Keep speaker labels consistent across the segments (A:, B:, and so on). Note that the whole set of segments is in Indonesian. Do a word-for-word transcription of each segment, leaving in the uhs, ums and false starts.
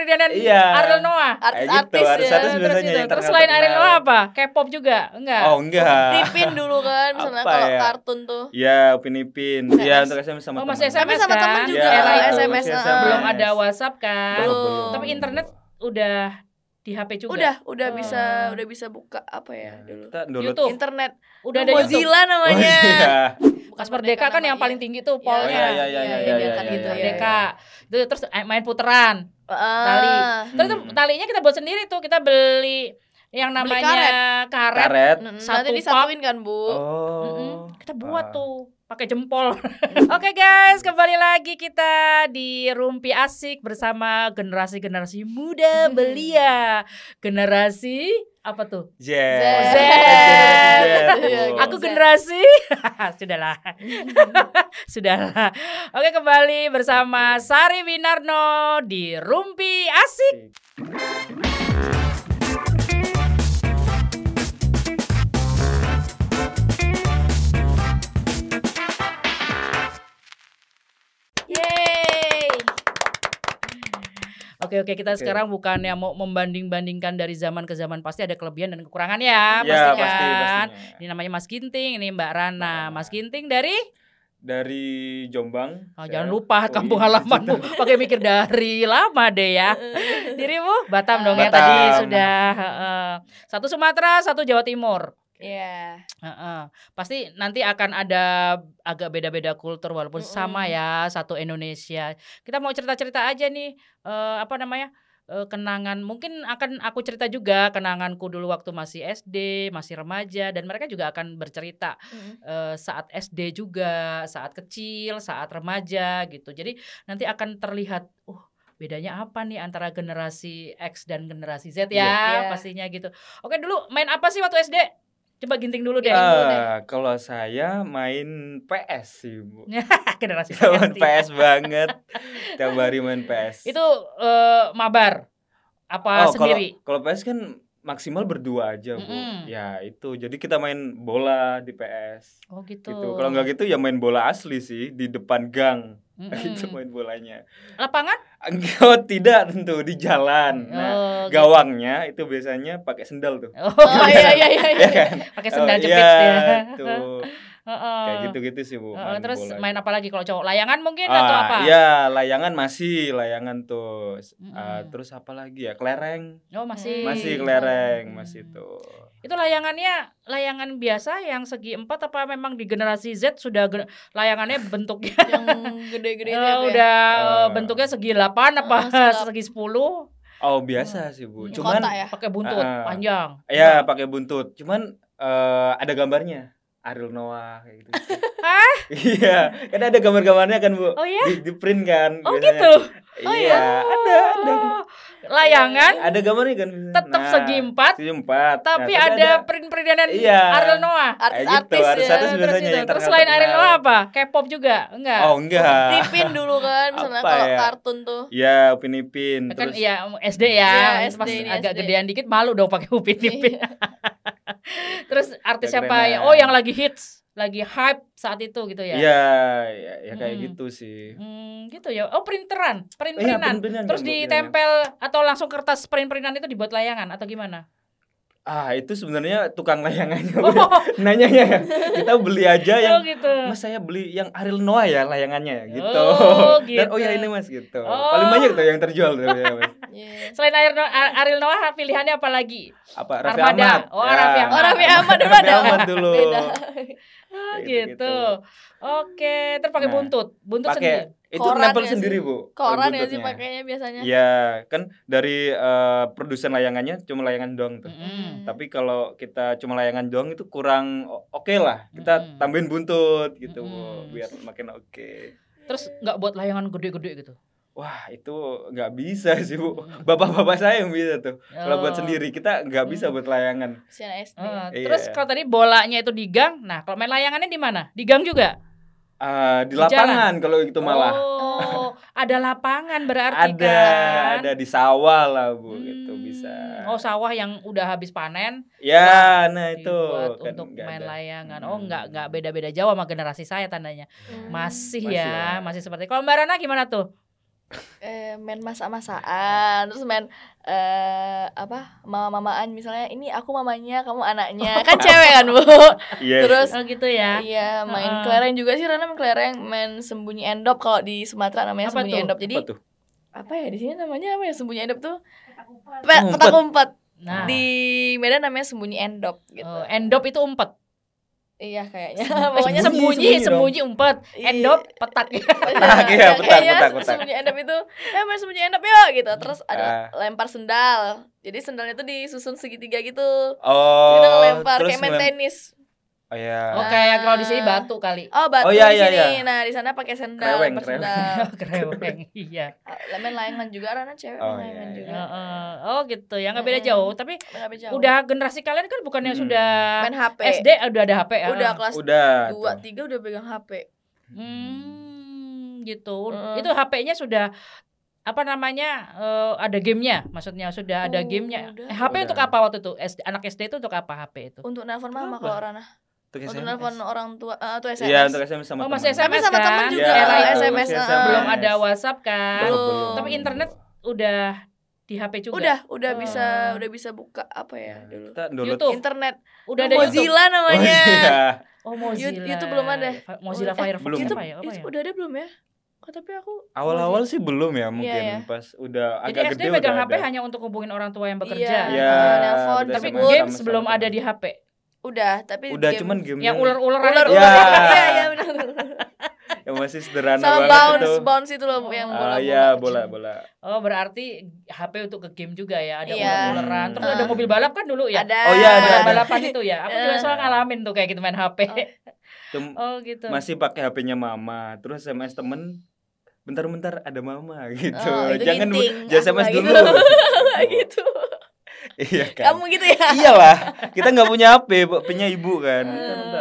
A: print-printan
B: Iya.
A: Ariel Noah.
C: Artis-artis
B: gitu,
C: ya.
B: artis-artis
A: Terus
B: biasanya
A: gitu.
B: yang
A: Terus
B: terkenal-
A: selain Ariel
B: terkenal.
A: Noah apa? K-pop juga? Enggak.
B: Oh enggak.
C: Ripin dulu kan, misalnya
B: Apa
C: kalau
B: ya?
C: kartun tuh.
B: Ya, Upin Ipin. Iya, untuk S M S sama
A: Oh,
B: teman.
A: masih S M S
C: Tapi sama
A: kan?
C: temen juga,
A: Era
B: Ya,
A: itu.
C: S M S,
B: masih
C: ah.
A: Belum ada WhatsApp kan?
C: Belum.
A: Tapi internet udah di H P juga.
C: Udah, udah
A: Oh.
C: bisa, udah bisa buka apa ya
B: Nah,
C: dulu.
B: kita download.
A: YouTube.
C: Internet.
A: Udah ada YouTube.
C: Mozilla
B: Oh
C: namanya.
B: iya.
A: Pas Merdeka kan yang paling tinggi tuh
C: Iya,
A: polnya.
B: iya, iya, iya,
A: Iya,
B: iya,
A: iya,
B: iya,
A: kan
B: iya,
A: gitu.
B: iya,
A: Merdeka. Itu terus eh, main puteran. Tali.
C: Ah.
A: Terus itu
B: Hmm.
A: talinya kita buat sendiri tuh. Kita beli yang
C: Beli
A: namanya karet.
B: Karet.
C: Mm,
A: Satu
C: Nanti disatuin kan, Bu.
B: Oh.
A: Mm-mm. Kita buat
B: Ah.
A: tuh pakai jempol. Oke guys, kembali lagi kita di Rumpi Asik bersama generasi-generasi muda belia. Generasi apa tuh?
B: Z.
C: Z.
A: Z.
C: Iya,
B: Bu.
A: Aku
C: Z.
A: generasi sudahlah. Sudahlah. Oke, kembali bersama Sari Winarno di Rumpi Asik. Yeay. Oke oke kita
B: Oke.
A: sekarang bukannya mau membanding-bandingkan dari zaman ke zaman, pasti ada kelebihan dan kekurangan ya,
B: Ya,
A: pasti
B: pasti,
A: kan.
B: pastinya.
A: Ini namanya Mas Ginting, ini Mbak Rana.
B: Rana.
A: Mas Ginting dari
B: Dari Jombang.
A: oh,
B: Saya-
A: jangan lupa
B: Oh,
A: kampung
B: iya,
A: halamanmu. Pakai mikir dari lama deh ya. Dirimu Batam dong ya
B: Batam.
A: tadi sudah. heeh. Satu Sumatera, satu Jawa Timur.
C: Iya.
A: Heeh. Pasti nanti akan ada agak beda-beda kultur walaupun
C: Mm-mm.
A: sama ya, satu Indonesia. Kita mau cerita-cerita aja nih eh, apa namanya? eh, kenangan, mungkin akan aku cerita juga kenanganku dulu waktu masih S D, masih remaja, dan mereka juga akan bercerita
C: Mm.
A: eh, saat S D juga, saat kecil, saat remaja gitu. Jadi nanti akan terlihat uh bedanya apa nih antara generasi X dan generasi Z ya,
C: Iya.
A: pastinya gitu. Oke, dulu main apa sih waktu S D? Coba Ginting dulu deh.
B: Ah, kalau saya main P S sih, Bu.
A: Generasi
B: Zaman
A: P S.
B: P S banget. Tiap hari main P S.
A: Itu eh, mabar apa
B: Oh,
A: sendiri?
B: Kalau kalau P S kan maksimal berdua aja, Bu.
A: Mm-mm.
B: Ya, itu. Jadi kita main bola di P S.
A: Oh gitu.
B: Gitu. Kalau nggak gitu ya main bola asli sih di depan gang.
A: Mm-mm.
B: Itu main bolanya.
A: Lapangan?
B: Oh, tidak tentu di jalan. Nah,
A: Oh, gitu.
B: gawangnya itu biasanya pakai sendal tuh.
A: Oh,
C: Oh iya iya iya.
B: Iya kan?
A: pakai sendal
B: Oh,
A: jepit
B: iya,
A: ya.
B: tuh.
A: Heeh.
B: Kayak gitu-gitu sih, Bu.
A: Heeh, terus
B: bola.
A: main apa lagi kalau cowok? Layangan mungkin
B: Ah,
A: atau apa?
B: Iya, layangan masih, layangan tuh.
A: Mm-mm.
B: Ah, terus apa lagi ya? Kelereng.
A: Oh masih.
B: Masih kelereng,
A: Hmm.
B: masih tuh.
A: Itu layangannya layangan biasa yang segi empat apa memang di generasi Z sudah ge- layangannya bentuknya
C: Yang gede-gede itu
A: eh,
C: ya, Bu, ya?
A: udah eh,
B: Eh.
A: bentuknya segi delapan apa
C: Oh, segi
A: segi sepuluh
B: Oh, biasa sih, Bu.
C: Ini
B: Cuman
C: kotak ya?
A: pakai buntut
B: Ah.
A: panjang.
B: ya pakai buntut. Cuman eh, ada gambarnya. Ariel Noah kayak gitu.
A: Hah?
B: Iya, kan ada gambar-gambarnya kan, Bu.
A: Oh ya?
B: Di, di print kan.
A: Oh
B: biasanya.
A: gitu. Oh
B: Iya,
A: ya.
B: ada, ada.
A: Layangan
B: Ada gambarnya kan. biasanya.
A: tetap segi empat,
B: Segi empat.
A: tapi
B: Nah,
A: ada print-printan
B: Iya.
A: Ariel Noah.
B: Kayak gitu,
C: Artis-artis ya.
B: artis-artis
A: Terus,
B: biasanya
A: itu.
B: yang
A: Terus
B: terkenal-
A: selain Ariel
B: terkenal.
A: Noah apa? K-pop juga? Enggak.
B: Oh, enggak.
C: Ripin dulu kan, misalnya
B: Apa
C: kalau
B: ya?
C: kartun tuh.
B: Ya, Upin Ipin.
A: Kan
B: Terus
A: iya S D ya,
C: Iya, S D
A: pas
C: ini,
A: agak
C: S D.
A: gedean dikit malu dong pakai Upin Ipin. Terus artis
B: Ya,
A: siapa
B: kerenan.
A: ya? Oh yang lagi hits, lagi hype saat itu gitu ya?
B: Iya, ya, ya kayak
A: Hmm.
B: gitu sih.
A: Hmm, gitu ya. Oh printeran,
B: Iya,
A: print-printan.
B: print-printan
A: Terus
B: kan, Bu,
A: ditempel atau langsung kertas print-printan itu dibuat layangan atau gimana?
B: Ah, itu sebenarnya tukang layangannya. Bu.
A: Oh,
B: Nanyanya ya. Kita beli aja yang
A: oh gitu.
B: Mas saya beli yang Ariel Noah ya layangannya gitu.
A: Oh,
B: Dan oh
A: gitu.
B: ya ini Mas gitu.
A: Oh.
B: Paling banyak tuh yang terjual tuh ya, Mas.
C: Iya.
A: Selain Ariel Noah, Ariel Noah pilihannya apa lagi?
B: Apa Raffi
A: Armada.
B: Ahmad?
A: Oh, Raffi Ahmad.
C: Oh, Raffi Ahmad dulu
B: Raffi
C: ada.
B: Ahmad dulu.
C: Beda.
A: Oh,
B: Kayak
A: gitu.
B: gitu.
A: Oke, terus pakai
B: Nah,
A: buntut. Buntut
B: Pakai
A: sendiri.
B: itu
C: Koran
B: nempel
C: nggak
B: sendiri,
C: sih?
B: Bu.
C: Koran ya sih
B: buntutnya.
C: pakainya biasanya.
B: Iya, kan dari eh, produsen layangannya cuma layangan doang tuh.
A: Mm-mm.
B: Tapi kalau kita cuma layangan doang itu kurang o- oke lah. Kita
A: Mm-mm.
B: tambahin buntut gitu, Bu,
A: Mm-mm.
B: biar makin oke.
A: Terus nggak buat layangan gede-gede gitu.
B: Wah, itu nggak bisa sih, Bu. Bapak-bapak saya yang bisa tuh. Kalau buat
A: Oh.
B: sendiri kita nggak bisa buat layangan.
C: Kasihan S D.
A: Eh,
B: Iya.
A: Terus kalau tadi bolanya itu di gang, nah kalau main layangannya di mana? Di gang juga?
B: Ah, di
A: Di
B: lapangan kalau itu malah.
A: Oh, ada lapangan berarti
B: Ada,
A: kan?
B: ada di sawah lah, Bu, gitu
A: Hmm.
B: bisa.
A: Oh, sawah yang udah habis panen
B: Ya, nah itu
A: dibuat
B: kan
A: untuk
B: nggak
A: main
B: ada.
A: layangan. Oh,
B: Hmm.
A: nggak nggak beda-beda jauh sama generasi saya tandanya.
C: Hmm.
A: Masih,
B: Masih
A: ya,
B: ya.
A: masih seperti. Kalau Mbak Rana gimana tuh?
C: eh, main masak-masakan, terus main eh apa mama-mamaan, misalnya ini aku mamanya, kamu anaknya, kan cewek kan Bu.
B: Yes.
C: Terus
A: Oh gitu ya.
C: iya main
A: Heeh.
C: kelereng juga sih, Rana main kelereng, main sembunyi endop, kalau di Sumatera namanya
A: Apa
C: sembunyi
A: tuh?
C: endop. Jadi
B: Apa tuh?
C: apa ya di sini namanya apa ya sembunyi endop tuh?
B: Oh,
C: Pe- Petak umpet.
A: Nah,
C: Di Medan namanya sembunyi endop gitu.
A: oh, endop itu umpet.
C: Iya kayaknya.
A: Pokoknya
C: Pokoknya
B: sembunyi,
A: sembunyi,
B: sembunyi
A: sembunyi umpet.
C: Iya.
A: Endop petak.
B: Petak, iya,
C: Ya,
B: petak,
C: kayaknya
B: petak, petak.
C: Sembunyi endop itu, ya main sembunyi endop yuk gitu. Terus ada
B: Ah.
C: lempar sendal. Jadi sendalnya tuh disusun segitiga gitu.
B: Oh,
C: Kita ngelempar
B: terus
C: kayak main
B: ngelem-
C: tenis.
B: Oh ya.
A: Oh kayak kalau di sini batu kali.
C: Oh, batu
B: Oh, iya,
C: di
B: iya,
C: sini.
B: iya.
C: Nah, di sana pakai sendal,
B: Kreweng,
C: lempar
B: kreweng.
C: sendal.
A: Kereweng, iya.
C: Ah, main layangan juga, Rana cewek
B: Oh,
C: main layangan
B: iya,
C: juga.
B: iya.
A: Heeh. Oh gitu ya, nggak beda
C: Mm-mm.
A: jauh. Tapi
C: Nggak beda jauh.
A: udah generasi kalian kan bukannya
B: Hmm.
A: sudah
C: main H P.
A: S D udah ada H P ya?
C: Udah kelas
B: Udah.
C: dua,
B: tuh.
C: tiga udah pegang H P.
A: Hmm, gitu.
C: Heeh.
A: Itu H P-nya sudah apa namanya eh, ada gamenya, maksudnya sudah ada
C: Oh,
A: gamenya.
C: udah.
A: Eh, H P
B: Udah.
A: untuk apa waktu itu? S D, anak S D itu untuk apa H P itu?
C: Untuk nelpon mama
B: Kenapa?
C: kalau Rana.
B: Untuk
C: Untuk
B: S M S.
C: nelpon orang tua, eh, atau S M S.
B: Iya, untuk S M S sama
A: Oh,
B: teman.
A: masih S M S
C: Tapi sama
A: kan?
C: temen juga,
A: Era
B: Iya,
A: itu.
C: S M S,
B: masih
C: eh.
B: S M S.
A: Belum ada WhatsApp kan?
C: Belum.
A: Tapi internet udah di H P juga.
C: Udah, udah
A: Oh.
C: bisa, udah bisa buka apa ya dulu.
B: Kita download.
A: YouTube.
C: Internet.
A: Udah ada YouTube.
C: Mozilla namanya.
B: Oh, iya.
A: Oh, Mozilla.
C: YouTube belum ada.
A: Fa- Mozilla
C: Oh, eh,
A: Firefox
B: belum.
C: YouTube
A: apa ya? Apa
C: itu
A: ya?
C: udah ada belum ya? Oh, tapi aku
B: Awal-awal sih belum ya, mungkin
C: Iya, iya.
B: pas udah
A: Jadi
B: agak
A: S D
B: gede
A: pegang
B: udah
A: H P
B: ada.
A: hanya untuk hubungin orang tua yang bekerja.
C: Iya,
B: Iya,
C: uh, nelpon,
B: udah
A: Tapi
B: sama-
A: games
B: sama-
A: belum
B: sama
A: ada
B: teman.
A: di H P.
C: udah, tapi
B: Udah
C: game-
B: cuman game
A: Yang ular-ularan
C: ular
A: itu.
B: Ya.
C: ular. Iya, iya benar.
B: yang masih sederhana
C: Sama
B: banget
C: bounce,
B: itu.
C: bounce itu loh yang
B: Ah,
C: bola-bola.
B: iya, bola-bola.
A: Oh, berarti H P untuk ke game juga ya. Ada
C: Iya.
A: ular-ularan. Terus
C: Hmm.
A: ada mobil balap kan dulu ya?
C: Ada.
B: Oh, iya, ada,
A: Balap
B: ada.
A: balapan itu ya. Aku juga
C: Eh.
A: soal ngalamin tuh kayak gitu main H P.
B: Itu
A: Oh, gitu.
B: masih pakai H P-nya mama, terus S M S temen bentar-bentar ada mama gitu.
C: Oh, itu
B: Jangan bu-
C: ginting.
B: jangan S M S
C: Aku nggak
B: dulu.
C: gitu. Nggak gitu.
B: Iya kan.
C: Kamu gitu ya?
B: Iyalah, kita nggak punya H P, punya ibu kan. Bentar-bentar.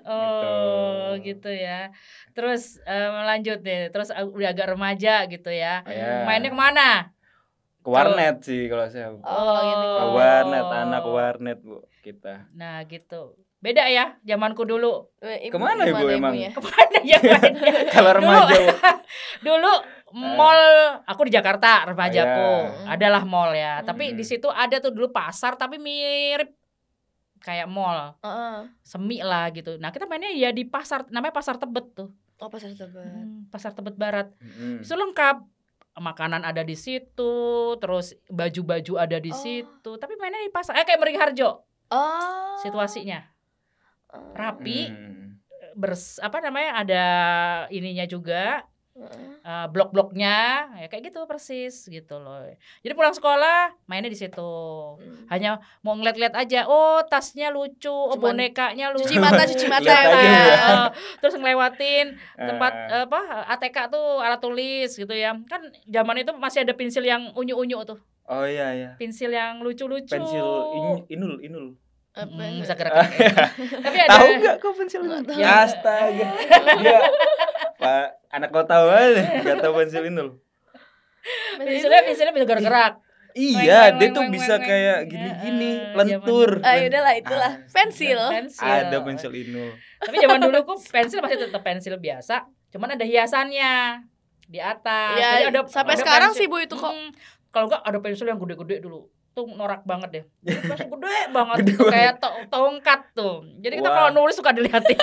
A: Oh, gitu ya. Terus eh, lanjut deh. Terus uh, udah agak remaja gitu ya.
B: Iya.
A: Mainnya kemana?
B: Ke warnet sih kalau saya.
C: Oh, gitu.
B: Ke warnet, anak warnet bu kita.
A: Nah, gitu. Beda ya zamanku dulu.
C: Eh, ibu-
B: Kemana ibu
C: gimana
B: emang?
C: ibunya?
A: Kemana ya mainnya?
B: Kalau remaja Bu.
A: Dulu mall aku di Jakarta remajaku.
B: Iya.
A: Adalah mall ya.
C: Hmm.
A: Tapi di situ ada tuh dulu pasar tapi mirip kayak mall.
C: Heeh.
A: Semi lah gitu. Nah, kita mainnya ya di pasar, namanya Pasar Tebet tuh.
C: Oh, pasar Tebet.
A: Hmm, Pasar Tebet Barat.
B: Mm.
A: Itu lengkap. Makanan ada di situ, terus baju-baju ada di
C: Oh.
A: situ. Tapi mainnya di pasar. Eh kayak Beringharjo
C: Oh.
A: situasinya.
C: Oh.
A: Rapi,
B: Mm.
A: bers apa namanya? Ada ininya juga.
C: Heeh.
A: Uh, blok-bloknya ya kayak gitu persis gitu loh. Jadi pulang sekolah mainnya di situ.
C: Hmm.
A: Hanya mau ngeliat-liat aja. Oh, tasnya lucu, oh
C: Cuman
A: bonekanya lucu.
C: cuci mata, cuci mata
B: Lihat
C: ya,
B: aja
C: Pak.
B: ya.
A: Uh, terus ngelewatin tempat
B: Ah.
A: apa A T K tuh alat tulis gitu ya. Kan zaman itu masih ada pensil yang unyu-unyu tuh.
B: Oh iya iya.
A: Pensil yang lucu-lucu.
B: Pensil in- inul inul.
C: Apa
A: Hmm,
C: itu?
A: bisa gerak. Tapi ada
B: Tahu nggak kok pensil inul?
C: Nggak tahu.
B: Ya, astaga. Dia Pak anak kota banget nggak tahu pensil inul.
A: pensilnya pensilnya bisa gerak-gerak.
B: Iya,
A: Weng,
B: dia
A: weng,
B: tuh
A: weng,
B: bisa
A: weng,
B: kayak
A: weng.
B: gini-gini,
A: Ya, eh,
B: lentur.
A: zaman
C: Ah, udahlah itulah
B: Ah,
C: pensil.
A: Pensil.
B: Ada pensil inul.
A: Tapi zaman duluku pensil masih tetap pensil biasa, cuman ada hiasannya di atas.
C: Ya,
A: Jadi ada
C: sampai
A: ada
C: sekarang
A: pensil-
C: sih, Bu, itu kok.
A: Mm, kalau enggak ada pensil yang gede-gede dulu. Tuh norak banget deh. Pensil gede banget
B: Gede
A: tuh,
B: banget.
A: kayak to- tongkat tuh. Jadi kita
B: Wah.
A: kalau nulis suka dilihatin.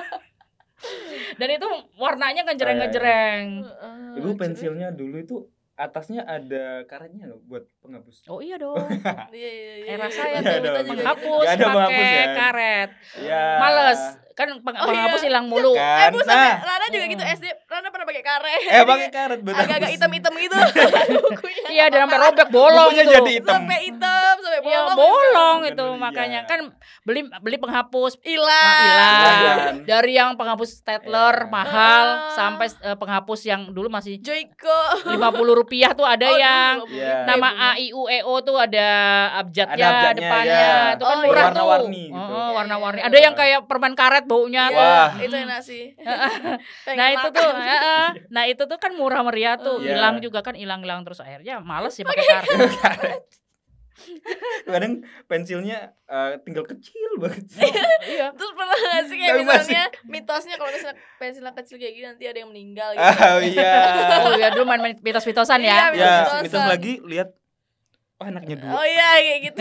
A: Dan itu warnanya ngejreng-ngejreng.
C: Heeh,
B: Ibu
C: terus?
B: pensilnya dulu itu atasnya ada karetnya nggak buat penghapus?
A: Oh iya dong.
C: Iya, iya, iya.
A: Era saya
B: Iya
A: tuh
B: dong, iya.
A: menghapus
B: Nggak ada penghapus
A: pakai
B: ya?
A: karet.
B: Ya.
A: Males. Kan peng-
C: Oh,
A: penghapus
C: iya.
A: hilang mulu.
B: Kan?
C: Eh, Bu, sampai
B: Nah.
C: Rana juga gitu
A: Hmm.
C: S D. Rana pernah pakai karet.
B: Eh pakai karet buat
C: agak-agak
B: hapus.
C: hitam-hitam gitu. Bukunya.
A: Iya, dan sampai robek bolong
B: Bukunya
A: gitu.
B: jadi hitam.
C: Sampai hitam, sampai
A: Iya,
C: bolong.
A: bolong
B: Bukan
A: itu
B: beli,
A: makanya
B: iya.
A: kan beli beli penghapus
C: Hilang.
A: ah, hilang.
B: Hilang.
A: Dari yang penghapus stapler
B: Iya.
A: mahal
C: Ah.
A: sampai eh, penghapus yang dulu masih
C: Joyko.
A: lima puluh rupiah tuh ada
C: Oh,
A: yang
C: dulu,
B: Iya.
A: nama A I U E O tuh ada abjadnya,
B: Ada abjadnya,
A: depannya.
B: ya.
A: Itu kan
C: Oh,
A: murah
C: iya.
A: tuh.
B: Warna-warni gitu.
A: Oh,
C: Iya,
A: warna-warni.
C: iya.
A: Ada yang kayak permen karet baunya.
C: Iya,
B: Wah.
C: itu enak sih. Pengen
A: Nah itu
C: makan.
A: tuh, heeh. nah itu tuh kan murah meriah tuh,
B: Iya.
A: hilang juga kan hilang-hilang terus akhirnya males sih pakai karet.
B: Kadang pensilnya uh, tinggal kecil banget.
A: Iya.
C: Terus pernah gak sih kayak
B: Tapi masih-
C: misalnya mitosnya kalau misalnya pensilnya kecil kayak gini nanti ada yang meninggal gitu.
B: Oh iya.
A: Oh ya dulu main mitos-mitosan ya.
C: Iya,
B: Ya,
C: mitos-mitosan.
B: mitos lagi lihat oh anaknya dua.
C: Oh iya kayak gitu.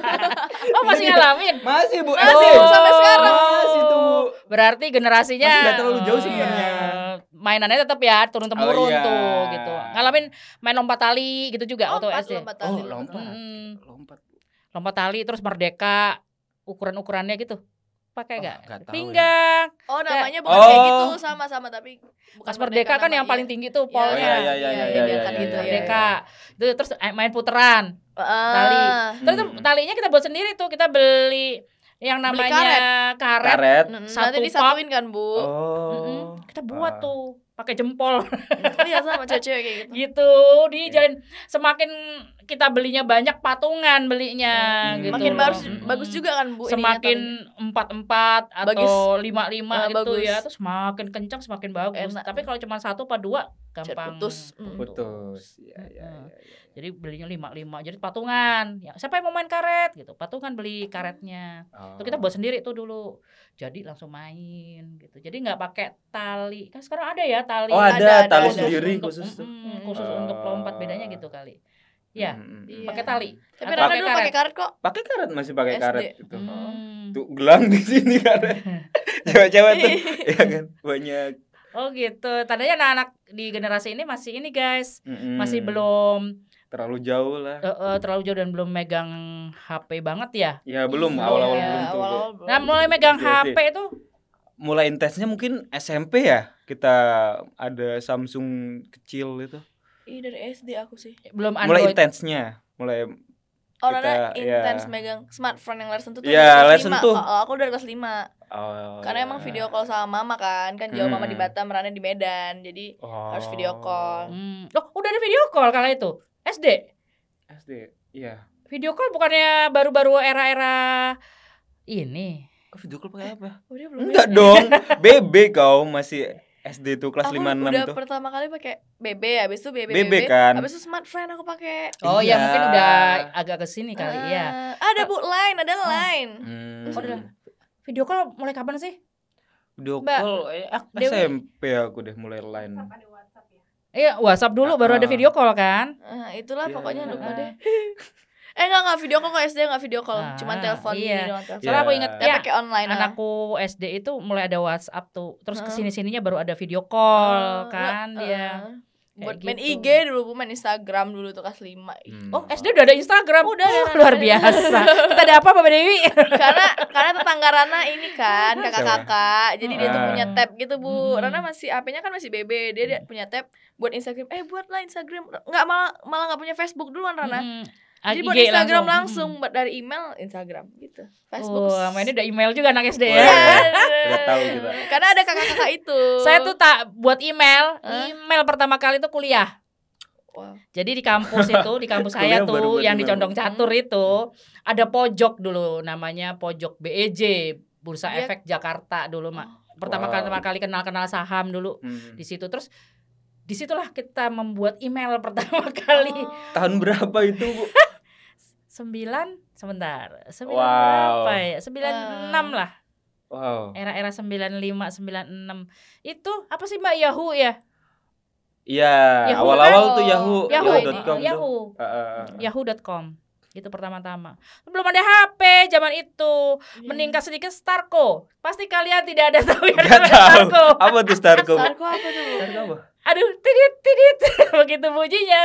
A: Oh masih ngalamin.
B: Masih Bu.
C: Masih,
B: Oh,
C: sampai sekarang.
B: Masih tuh Bu.
A: Berarti generasinya
B: Masih nggak terlalu jauh
A: eh,
B: sebenarnya.
A: mainannya tetap ya turun temurun
B: Oh, iya.
A: tuh gitu. Ngalamin main lompat tali gitu juga waktu
C: Lompat,
A: S D.
C: lompat
B: Oh,
C: tali,
B: lompat.
A: Mm-mm.
B: Lompat.
A: Lompat tali terus merdeka ukuran-ukurannya gitu. Pakai
B: Oh,
A: enggak?
B: nggak tahu ya.
A: Pinggang.
C: Oh namanya bukan
B: Oh.
C: kayak gitu sama-sama tapi bukan
A: Pas merdeka kan
C: nama,
A: yang paling
C: iya.
A: tinggi tuh
C: Iya,
A: polnya.
B: iya, iya, iya, iya,
A: Iya,
B: iya,
A: kan
B: iya,
A: gitu
B: iya,
A: merdeka. Itu terus eh, main puteran.
C: Ah.
A: Tali. Terus itu
B: Hmm.
A: talinya kita buat sendiri tuh. Kita beli yang
C: Beli
A: namanya karet.
B: Karet.
C: Mm,
A: Satu
C: Nanti disatuin kan Bu.
B: Oh.
A: Mm-mm. Kita buat
B: Ah.
A: tuh pakai jempol.
C: Iya sama cewek-cewek kayak gitu.
A: Gitu dijalin semakin kita belinya banyak patungan belinya
B: Hmm.
A: gitu.
C: Makin
B: loh.
C: bagus
A: Mm-mm.
C: bagus juga kan Bu ininya
A: Semakin empat empat atau
C: Bagus.
A: lima lima
C: Ah,
A: gitu
C: bagus.
A: ya, terus semakin kencang semakin bagus.
C: Enak.
A: Tapi kalau cuma satu apa dua
C: Cat
A: gampang
C: putus. Mm.
B: Putus. Iya, iya,
A: Heeh.
B: iya, iya.
A: Jadi belinya lima lima. Jadi patungan. Ya, siapa yang mau main karet gitu? Patungan beli karetnya.
B: Oh.
A: Tuh kita buat sendiri tuh dulu. Jadi langsung main gitu. Jadi nggak pakai tali. Kan sekarang ada ya tali.
B: Oh, ada,
C: Ada, ada,
B: tali
C: ada.
B: sendiri
A: untuk,
B: khusus tuh.
A: mm-mm, khusus
B: Oh.
A: untuk lompat, bedanya gitu kali. Ya,
B: Hmm, hmm,
C: Iya.
B: hmm.
A: pakai tali.
C: Tapi
A: Atau
C: Rana
A: pakai
C: dulu pakai karet kok.
B: Pakai karet masih pakai
C: S D.
B: karet gitu.
A: Hmm.
B: Tuh gelang di sini karet. Cewek-cewek tuh, ya kan banyak.
A: Oh gitu. Tandanya anak-anak di generasi ini masih ini guys,
B: Mm-mm.
A: masih belum
B: terlalu jauh lah.
A: eh, eh, terlalu jauh dan belum megang H P banget ya.
B: Ya belum
A: Belum,
B: awal-awal
A: ya,
B: belum tuh. Bu.
C: awal-awal belum.
A: Nah, mulai megang
B: S D.
A: H P itu
B: Mulai intensnya mungkin S M P ya. Kita ada Samsung kecil itu.
C: Ih dari S D aku sih.
A: belum
B: Mulai
A: Android.
B: intensnya, mulai
C: Oh Rana
B: Kita, ya.
C: intens megang smartphone yang lesson tuh tuh
B: Ya,
C: dari kelas
B: lesson
C: lima.
B: tuh.
C: Oh, oh, aku dari kelas lima.
B: oh,
C: Karena
B: ya.
C: emang video call sama mama kan, kan jauh mama di
B: Hmm.
C: Batam, Rana di Medan. Jadi
B: Oh.
C: harus video call.
A: Hmm. Oh, udah ada video call kala itu. S D.
B: S D. Iya.
A: Video call bukannya baru-baru era-era ini.
B: Kok video call pakai apa?
C: Udah belum
B: Enggak
C: ya?
B: dong. B B kau masih S D tuh kelas
C: Aku
B: lima enam
C: udah
B: tuh.
C: pertama kali pakai B B, habis itu B B,
B: B B kan?
C: Habis itu smartphone aku pakai.
A: Oh ya
B: Iya.
A: mungkin udah agak ke sini kali ya.
C: Ah, ada Bu line, ada line.
B: Hmm.
A: Oh, udah. Video call mulai kapan sih?
B: Video
A: Mbak
B: call eh, ak-
A: Dewi.
B: S M P aku deh mulai line.
A: Iya, WhatsApp dulu baru ada
B: Ah.
A: video call kan?
C: Ah, itulah
B: Iya.
C: pokoknya lupa deh. Eh enggak enggak video call kok S D enggak video call,
A: Ah,
C: cuma telepon
A: iya.
C: gini doang telepon.
A: Soalnya aku inget
C: Nggak
A: ya,
C: pakai online. ah.
A: anakku S D itu mulai ada WhatsApp tuh. Terus
C: Heeh.
A: kesini-sininya baru ada video call
C: Ah,
A: kan
C: nggak,
A: dia.
C: ah.
A: Kayak
C: Buat main
A: gitu.
C: I G dulu, Bu, main Instagram dulu tuh kelas lima.
B: Hmm.
A: Oh, S D udah ada Instagram.
C: Udah,
A: Oh,
C: ada,
A: luar
C: ada.
A: biasa. Kita ada apa, Mbak Dewi?
C: karena karena tetangga Rana ini kan kakak-kakak, jadi dia tuh
B: Ah.
C: punya tab gitu Bu.
A: Hmm.
C: Rana masih H P-nya kan masih B B, dia, dia punya tab buat Instagram. Eh buatlah Instagram, nggak malah malah nggak punya Facebook duluan Rana.
A: Mm-mm.
C: Jadi
A: I G
C: buat Instagram langsung,
A: Mm-mm.
C: buat dari email Instagram gitu. Facebook.
A: Oh, mainnya udah email juga anak S D
B: Wah.
A: ya.
B: Udah tahu kita.
C: Karena ada kakak-kakak itu.
A: Saya tuh tak buat email,
C: Hah?
A: email pertama kali itu kuliah.
C: Wow.
A: Jadi di kampus itu, di kampus saya
B: Kuliah baru
A: tuh
B: buat
A: yang di
B: email.
A: Condong Catur itu ada pojok dulu namanya pojok B E J, Bursa
C: Dia-
A: Efek Jakarta dulu, Mak.
C: Oh.
A: Pertama
B: Wow.
A: kali pertama kali kenal-kenal saham dulu
B: Hmm.
A: di situ. Terus disitulah kita membuat email pertama kali.
C: Oh.
B: Tahun berapa itu, Bu?
A: Sembilan, sebentar. Sembilan
B: Wow.
A: berapa ya? Sembilan enam lah.
B: Wow.
A: Era-era sembilan lima, sembilan enam. Itu apa sih Mbak, Yahoo ya?
B: Iya,
A: Yahoo
B: awal-awal
C: kan?
B: tuh Yahoo,
C: Yahoo
B: Yahoo
C: ini.
B: dot com tuh.
A: Yahoo.
B: Ah, ah, ah.
A: Yahoo dot com. Itu pertama-tama. Belum ada H P zaman itu. Meningkat sedikit Starco. Pasti kalian tidak ada tahu yang
B: Nggak
A: namanya
B: tahu.
A: Starco.
B: Apa tuh Starco? Bu?
C: Starco apa tuh?
B: Starco apa?
A: Aduh, tidit tidit. Begitu bunyinya.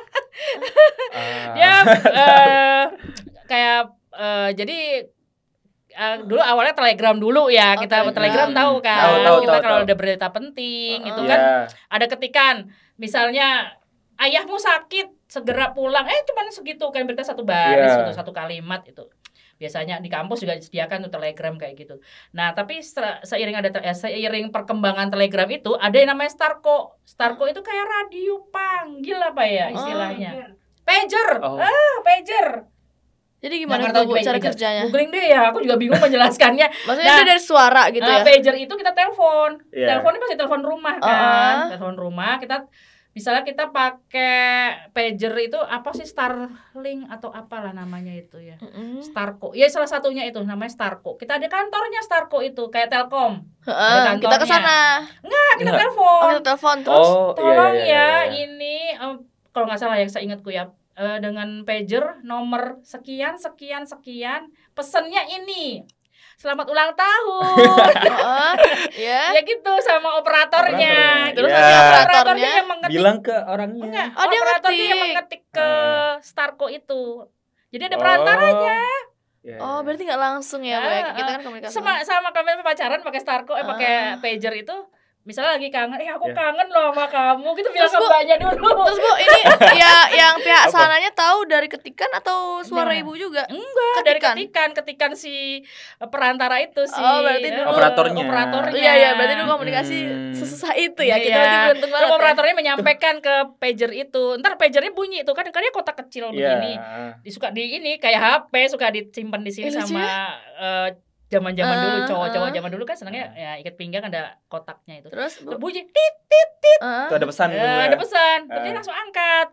B: Ah.
A: Dia eh, kayak eh, jadi eh, dulu awalnya Telegram dulu ya.
C: Oh,
A: Kita
C: Telegram.
A: Telegram tahu kan.
B: Tahu, tahu,
A: Kita
B: tahu,
A: kalau
B: tahu.
A: ada berita penting
C: Uh-uh.
A: itu
B: Iya.
A: kan ada ketikan. Misalnya ayahmu sakit, segera pulang. Eh cuman segitu kan berita satu baris
B: Iya.
A: gitu, satu kalimat itu. Biasanya di kampus juga disediakan tuh Telegram kayak gitu. Nah, tapi se- seiring ada te- eh, seiring perkembangan Telegram itu ada yang namanya Starco. Starco itu kayak radio panggil apa ya istilahnya? Pager.
B: Oh.
A: Ah, pager.
C: Jadi gimana
A: Nggak
C: tuh
A: tahu
C: Bu
A: juga
C: cara
A: pager.
C: kerjanya?
A: Googling deh ya, aku juga bingung menjelaskannya.
C: Maksudnya
A: Nah,
C: itu dari suara gitu
A: Nah,
C: ya?
A: pager itu kita telepon.
B: Iya.
A: Teleponnya pasti telepon rumah kan.
C: Uh-uh.
A: Telepon rumah kita misalnya kita pakai pager itu apa sih, Starlink atau apalah namanya itu ya.
C: Mm-mm.
A: Starco. Ya salah satunya itu namanya Starco. Kita ada kantornya Starco itu kayak Telkom.
C: Heeh, kita ke sana.
A: Nah, kita
B: Enggak.
A: telepon.
C: Oh, kita telepon terus.
B: Oh,
A: Tolong
B: iya, iya,
A: ya,
B: iya, iya.
A: ini eh, kalau nggak salah yang saya ingatku ya, eh, dengan pager nomor sekian sekian sekian, pesennya ini. Selamat ulang tahun.
C: Heeh. Ya.
A: Ya gitu sama operatornya.
B: Operatornya.
A: Terus
B: Ya.
A: nanti operatornya
C: Operatornya
A: yang mengetik.
B: Bilang ke orangnya.
A: Enggak,
C: Oh, dia
A: operatornya
C: ngetik.
A: yang mengetik ke
B: Ah.
A: Starco itu. Jadi ada perantaranya.
B: Oh, ya,
C: Oh,
B: ya.
C: berarti nggak langsung ya, Bu, ya?
A: Ah,
C: Kita
A: ah.
C: kan komunikasi.
A: Sama sama kami pacaran pakai Starco, eh pakai
C: Ah.
A: pager itu. Misalnya lagi kangen, eh aku
B: Ya.
A: kangen loh sama kamu. Gitu bilang
C: Terus,
A: ke
C: Bu,
A: mbaknya dulu.
C: Terus Bu, ini ya yang pihak
B: Apa?
C: sananya tahu dari ketikan atau suara
A: Nah.
C: ibu juga?
A: Enggak, dari
C: Ketikan?
A: ketikan, ketikan si eh, perantara itu si
C: Oh, berarti
A: eh,
C: dulu-
B: Operatornya.
A: operatornya.
C: Iya, iya, berarti dulu komunikasi
B: Hmm.
C: sesusah itu ya. Kita
A: Iya.
C: berarti beruntung
A: Terus
C: banget. Ya.
A: operatornya menyampaikan ke pager itu. Ntar pagernya bunyi itu kan, kadang kotak kecil
B: Iya.
A: begini. Disuka di ini kayak H P suka disimpan di sini
C: Eh, lucu
A: sama eh, zaman-zaman dulu
C: Ah,
A: cowok-cowok
C: ah.
A: zaman dulu kan senangnya ya ikat pinggang ada kotaknya itu.
C: Terus Bu,
A: Terbunyi tit tit tit.
C: Heeh.
B: Itu ada pesan
A: Eh,
B: tuh, ya.
A: ada pesan. Terus dia
B: Ah.
A: langsung angkat.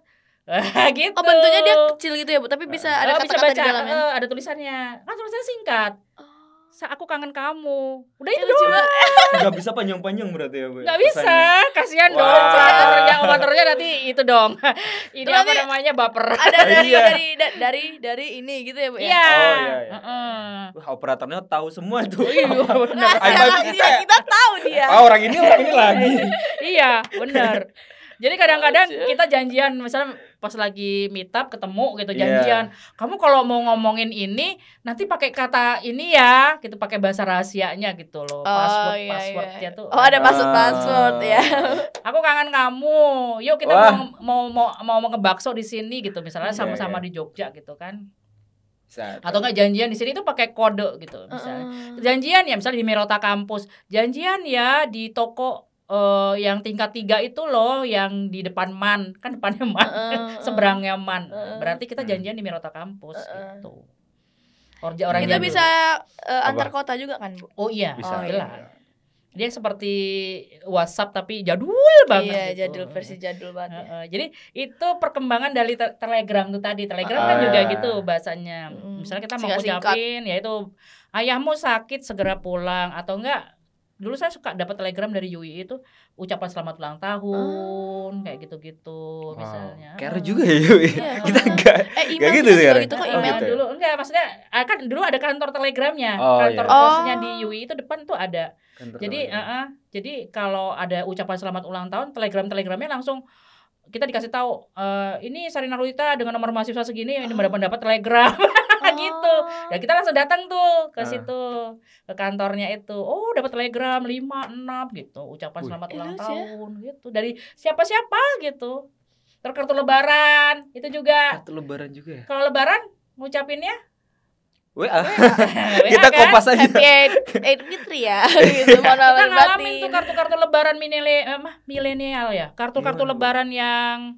A: gitu.
C: Oh, bentuknya dia kecil gitu ya, Bu, tapi bisa ada
A: Eh, bisa
C: kata-kata
A: baca,
C: di dalamnya.
A: eh, ada tulisannya. Kan tulisannya singkat.
C: Oh.
A: Sa aku kangen kamu. Udah
C: Ya,
A: itu
C: lucu
A: doang.
C: banget.
B: Nggak bisa panjang-panjang berarti ya, Bu.
A: Nggak bisa,
B: Pesannya.
A: kasihan dong
B: Wah.
A: operatornya, operatornya nanti itu dong. Ini
C: Berarti
A: apa namanya baper.
C: Ada dari
B: Iya.
C: dari da- dari dari ini gitu ya, Bu ya.
A: Iya.
B: Oh, iya, iya.
A: Heeh.
B: Wah, operatornya tahu semua tuh.
A: Iya, benar.
C: Nah,
B: Aib
C: sekarang
B: kita
C: dia
B: ya.
C: kita tahu dia.
B: Ah, orang ini orang ini lagi.
A: Iya, benar. Jadi kadang-kadang
C: Lucu.
A: kita janjian misalnya pas lagi meet up ketemu gitu
B: Iya.
A: janjian. Kamu kalau mau ngomongin ini nanti pakai kata ini ya, gitu pakai bahasa rahasianya gitu loh. Password
C: iya,
A: passwordnya
C: iya.
A: tuh.
C: Oh, ada
B: Ah.
C: password password ya.
A: Aku kangen kamu. Yuk kita
B: Wah.
A: mau mau mau mau ngebakso di sini gitu misalnya
B: Iya,
A: sama-sama
B: iya.
A: di Jogja gitu kan.
B: Saat-
A: Atau enggak janjian di sini tuh pakai kode gitu misalnya.
C: Heeh.
A: Janjian ya misalnya di Merota kampus. Janjian ya di toko eh, yang tingkat tiga itu loh yang di depan Man. Kan depannya Man.
C: Heeh,
A: Seberangnya Man.
C: Heeh.
A: Berarti kita
B: Hmm.
A: janjian di Merota kampus
C: Heeh.
A: gitu. Orja orang
C: Kita
A: jadul.
C: bisa eh,
B: Apa?
C: antar kota juga kan, Bu?
A: Oh iya,
B: Bisa.
C: Oh, iya.
A: jelas. Dia seperti WhatsApp tapi jadul banget.
C: Iya,
A: gitu.
C: jadul versi jadul banget. ya.
A: Heeh, jadi itu perkembangan dari te- Telegram tuh tadi. Telegram kan
B: Ah.
A: juga gitu bahasanya.
C: Mm,
A: Misalnya kita mau
C: singkat-singkat.
A: ngucapin yaitu ayahmu sakit segera pulang atau enggak. Dulu saya suka dapat telegram dari Yui itu ucapan selamat ulang tahun kayak gitu-gitu
B: Wow,
A: misalnya.
B: care juga ya, Yui.
C: Iya.
B: Kita enggak.
C: Eh, email
B: Gak gitu
C: kita juga
B: sekarang.
C: gitu kok,
B: Oh,
C: email.
B: gitu ya?
A: Dulu enggak maksudnya ah, kan dulu ada kantor telegramnya.
B: Oh,
A: kantor
B: iya.
A: posnya
C: Oh.
A: di Yui itu depan tuh ada.
B: Kantor
A: Jadi
B: telepon.
A: uh-uh, jadi kalau ada ucapan selamat ulang tahun, telegram-telegramnya langsung kita dikasih tahu eh, ini Sarina Rulita dengan nomor mahasiswa segini ini
C: Oh.
A: dapat dapat telegram gitu.
C: Oh.
A: Dan kita langsung datang tuh ke
B: Ah.
A: situ ke kantornya itu. Oh, dapat telegram lima enam gitu. Ucapan
B: Wih.
A: selamat
C: Eh,
A: ulang
C: lucu ya.
A: tahun gitu dari siapa-siapa gitu. Terus kartu lebaran itu juga.
B: Kartu lebaran juga ya.
A: Kalau lebaran ngucapinnya
B: W A.
A: W A
B: Kita
A: kan?
B: kopas aja.
C: Happy Eid Fitri ya gitu. Mohon maaf
A: Kita
C: lahir
A: ngalamin
C: batin.
A: tuh kartu-kartu lebaran minile, eh, mah, milenial ya. Kartu-kartu
B: Gimana, Bu?
A: lebaran yang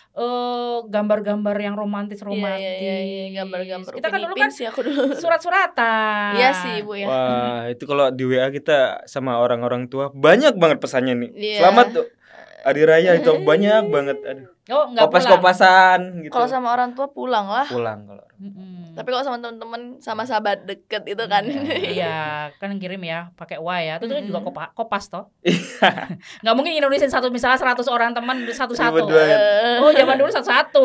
A: eh gambar-gambar yang
C: Iya,
A: romantis-romantis.
C: iya, iya, iya, gambar-gambar.
A: Kita kan
C: Upin
A: dulu
C: Ipin
A: kan
C: sih aku dulu.
A: surat-suratan.
C: Iya sih, Bu ya.
B: Wah, itu kalau di W A kita sama orang-orang tua banyak banget pesannya nih.
C: Iya.
B: Selamat tuh Hari Raya itu banyak banget. Aduh.
A: Oh, enggak pulang.
B: Kopas-kopasan gitu.
C: Kalau sama orang tua pulang lah.
B: pulang kalau.
A: Mm-mm.
C: Tapi kalau sama teman-teman sama sahabat deket itu kan.
A: Iya, kan kirim ya pakai W A ya. Itu
C: Mm-mm.
A: juga kopa, kopas toh. Nggak mungkin Indonesia satu misalnya seratus orang teman satu-satu.
B: Ribet banget.
A: Oh, zaman dulu satu-satu.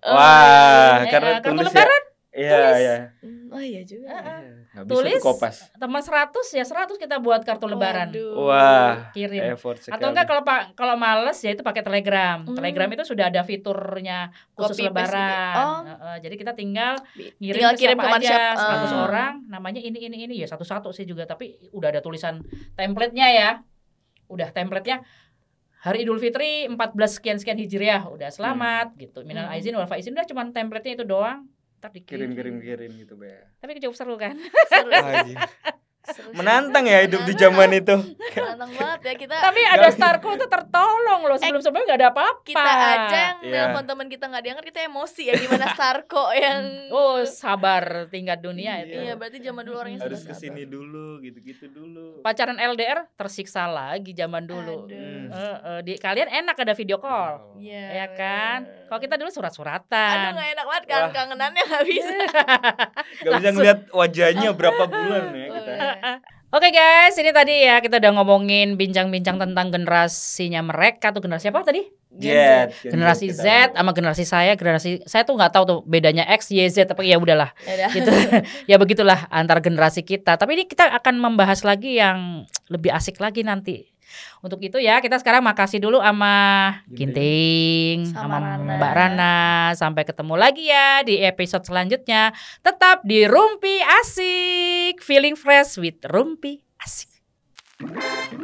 B: Wah,
A: Eh,
B: karena
A: eh, kartu
B: tulis ya.
A: lebaran
B: Iya,
A: tulis.
B: iya.
C: Oh iya juga.
A: Heeh.
B: Nggak bisa
A: Tulis
B: tuh kopas.
A: teman seratus ya seratus kita buat kartu lebaran.
C: Waduh.
B: Wah,
A: Kirim.
B: effort sekali.
A: Atau enggak kalau pak kalau males ya itu pakai Telegram.
C: Hmm.
A: Telegram itu sudah ada fiturnya khusus
C: Copy paste
A: lebaran.
C: gitu. Oh.
A: Heeh, jadi kita tinggal ngirim
C: Tinggal
A: ke
C: kirim
A: siapa
C: ke mana
A: aja
C: siapa.
A: seratus
C: Ah.
A: orang, namanya ini ini ini ya satu-satu sih juga tapi udah ada tulisan template-nya ya. Udah template-nya Hari Idul Fitri empat belas sekian sekian Hijriah udah selamat gitu. Minal
C: Hmm.
A: aizin wal faizin udah cuman template-nya itu doang. Ntar dikirim.
B: kirim-kirim kirim gitu, Be.
A: Tapi cukup seru kan?
C: Seru.
B: Wah, gila.
C: Seru sih.
B: Menantang ya hidup di
C: Menantang.
B: zaman itu.
C: Menantang banget ya kita.
A: Tapi ada Starco itu tertolong loh, sebelum-sebelumnya nggak ada apa-apa.
C: Kita aja yang
B: Iya.
C: nelpon teman kita nggak diangkat, kita emosi ya, gimana Starco yang
A: Oh, sabar tingkat dunia itu.
C: iya, berarti zaman dulu orangnya
B: Harus
C: sudah
B: kesini
C: sabar.
B: dulu, gitu-gitu dulu.
A: Pacaran L D R tersiksa lagi zaman dulu.
C: Aduh.
B: Hmm.
A: Eh, eh, di kalian enak ada video call.
C: Iya.
A: Ya kan?
C: bener.
A: Kalau kita dulu
C: Aduh
A: surat-suratan.
C: nggak enak banget kan,
B: Wah.
C: kangenannya nggak bisa.
B: Gak bisa ngeliat wajahnya berapa bulan ya kita.
A: Oke guys, ini tadi ya kita udah ngomongin bincang-bincang tentang generasinya mereka tuh, generasi apa tadi?
B: Jet,
A: Generasi Z sama generasi saya, generasi saya tuh nggak tahu tuh bedanya X, Y, Z, tapi ya udahlah.
C: Ya udah.
A: Gitu. Ya begitulah antar generasi kita. Tapi ini kita akan membahas lagi yang lebih asik lagi nanti. Untuk itu ya kita sekarang makasih dulu sama Ginting,
C: Sama
A: sama
C: Rana.
A: Mbak Rana. Sampai ketemu lagi ya di episode selanjutnya. Tetap di Rumpi Asik, feeling fresh with Rumpi Asik.